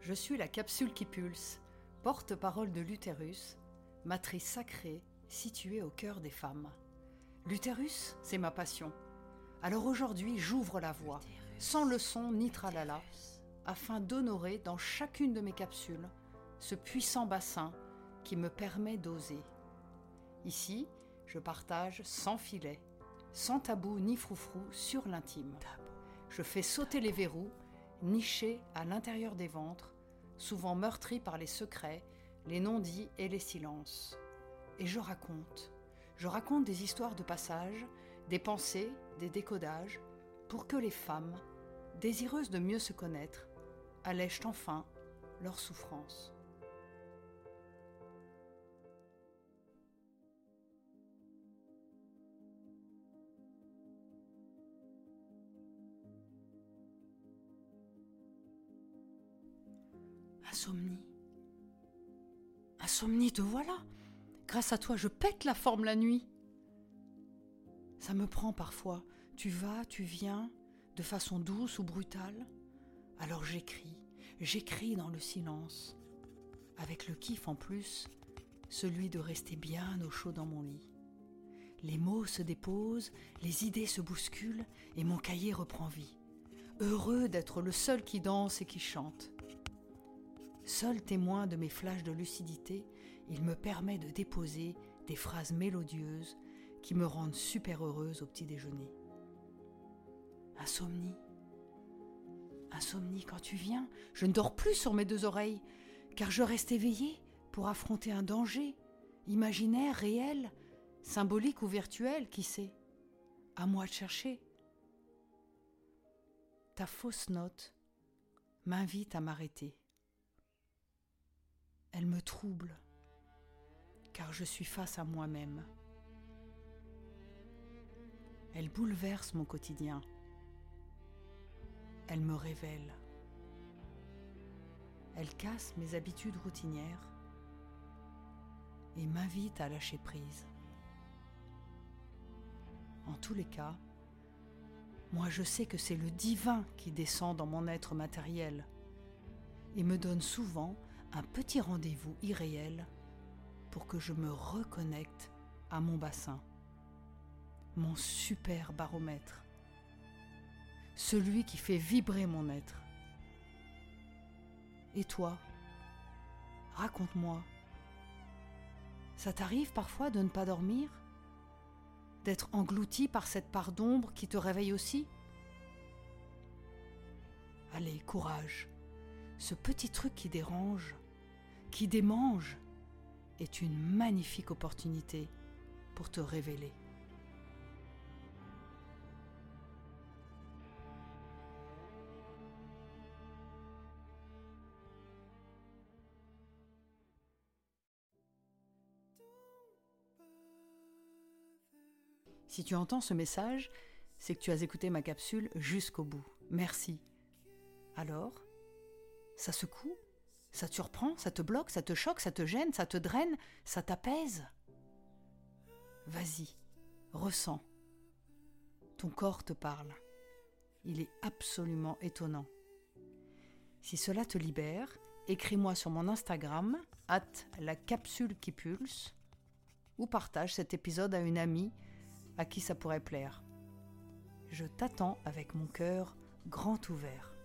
Je suis la capsule qui pulse, porte-parole de l'utérus, matrice sacrée située au cœur des femmes. L'utérus, c'est ma passion. Alors aujourd'hui, j'ouvre la voie, sans leçon ni tralala, afin d'honorer dans chacune de mes capsules ce puissant bassin qui me permet d'oser. Ici, je partage sans filet, sans tabou ni froufrou sur l'intime. Je fais sauter les verrous, nichés à l'intérieur des ventres, souvent meurtris par les secrets, les non-dits et les silences. Et je raconte des histoires de passage, des pensées, des décodages, pour que les femmes, désireuses de mieux se connaître, allègent enfin leur souffrance. Insomnie. Insomnie, te voilà. Grâce à toi, je pète la forme la nuit. Ça me prend parfois. Tu vas, tu viens, de façon douce ou brutale. Alors j'écris dans le silence, avec le kiff en plus, celui de rester bien au chaud dans mon lit. Les mots se déposent, les idées se bousculent et mon cahier reprend vie. Heureux d'être le seul qui danse et qui chante. Seul témoin de mes flashs de lucidité, il me permet de déposer des phrases mélodieuses qui me rendent super heureuse au petit déjeuner. Insomnie. Insomnie, quand tu viens, je ne dors plus sur mes deux oreilles, car je reste éveillée pour affronter un danger, imaginaire, réel, symbolique ou virtuel, qui sait. À moi de chercher. Ta fausse note m'invite à m'arrêter. Elle me trouble, car je suis face à moi-même. Elle bouleverse mon quotidien. Elle me révèle. Elle casse mes habitudes routinières et m'invite à lâcher prise. En tous les cas, moi je sais que c'est le divin qui descend dans mon être matériel et me donne souvent un petit rendez-vous irréel pour que je me reconnecte à mon bassin, mon super baromètre, celui qui fait vibrer mon être. Et toi, raconte-moi, ça t'arrive parfois de ne pas dormir, d'être englouti par cette part d'ombre qui te réveille aussi ? Allez, courage, ce petit truc qui dérange, qui démange, est une magnifique opportunité pour te révéler. Si tu entends ce message, c'est que tu as écouté ma capsule jusqu'au bout. Merci. Alors, ça secoue ? Ça te surprend, ça te bloque, ça te choque, ça te gêne, ça te draine, ça t'apaise. Vas-y, ressens. Ton corps te parle. Il est absolument étonnant. Si cela te libère, écris-moi sur mon Instagram, @lacapsulequipulse, ou partage cet épisode à une amie à qui ça pourrait plaire. Je t'attends avec mon cœur grand ouvert.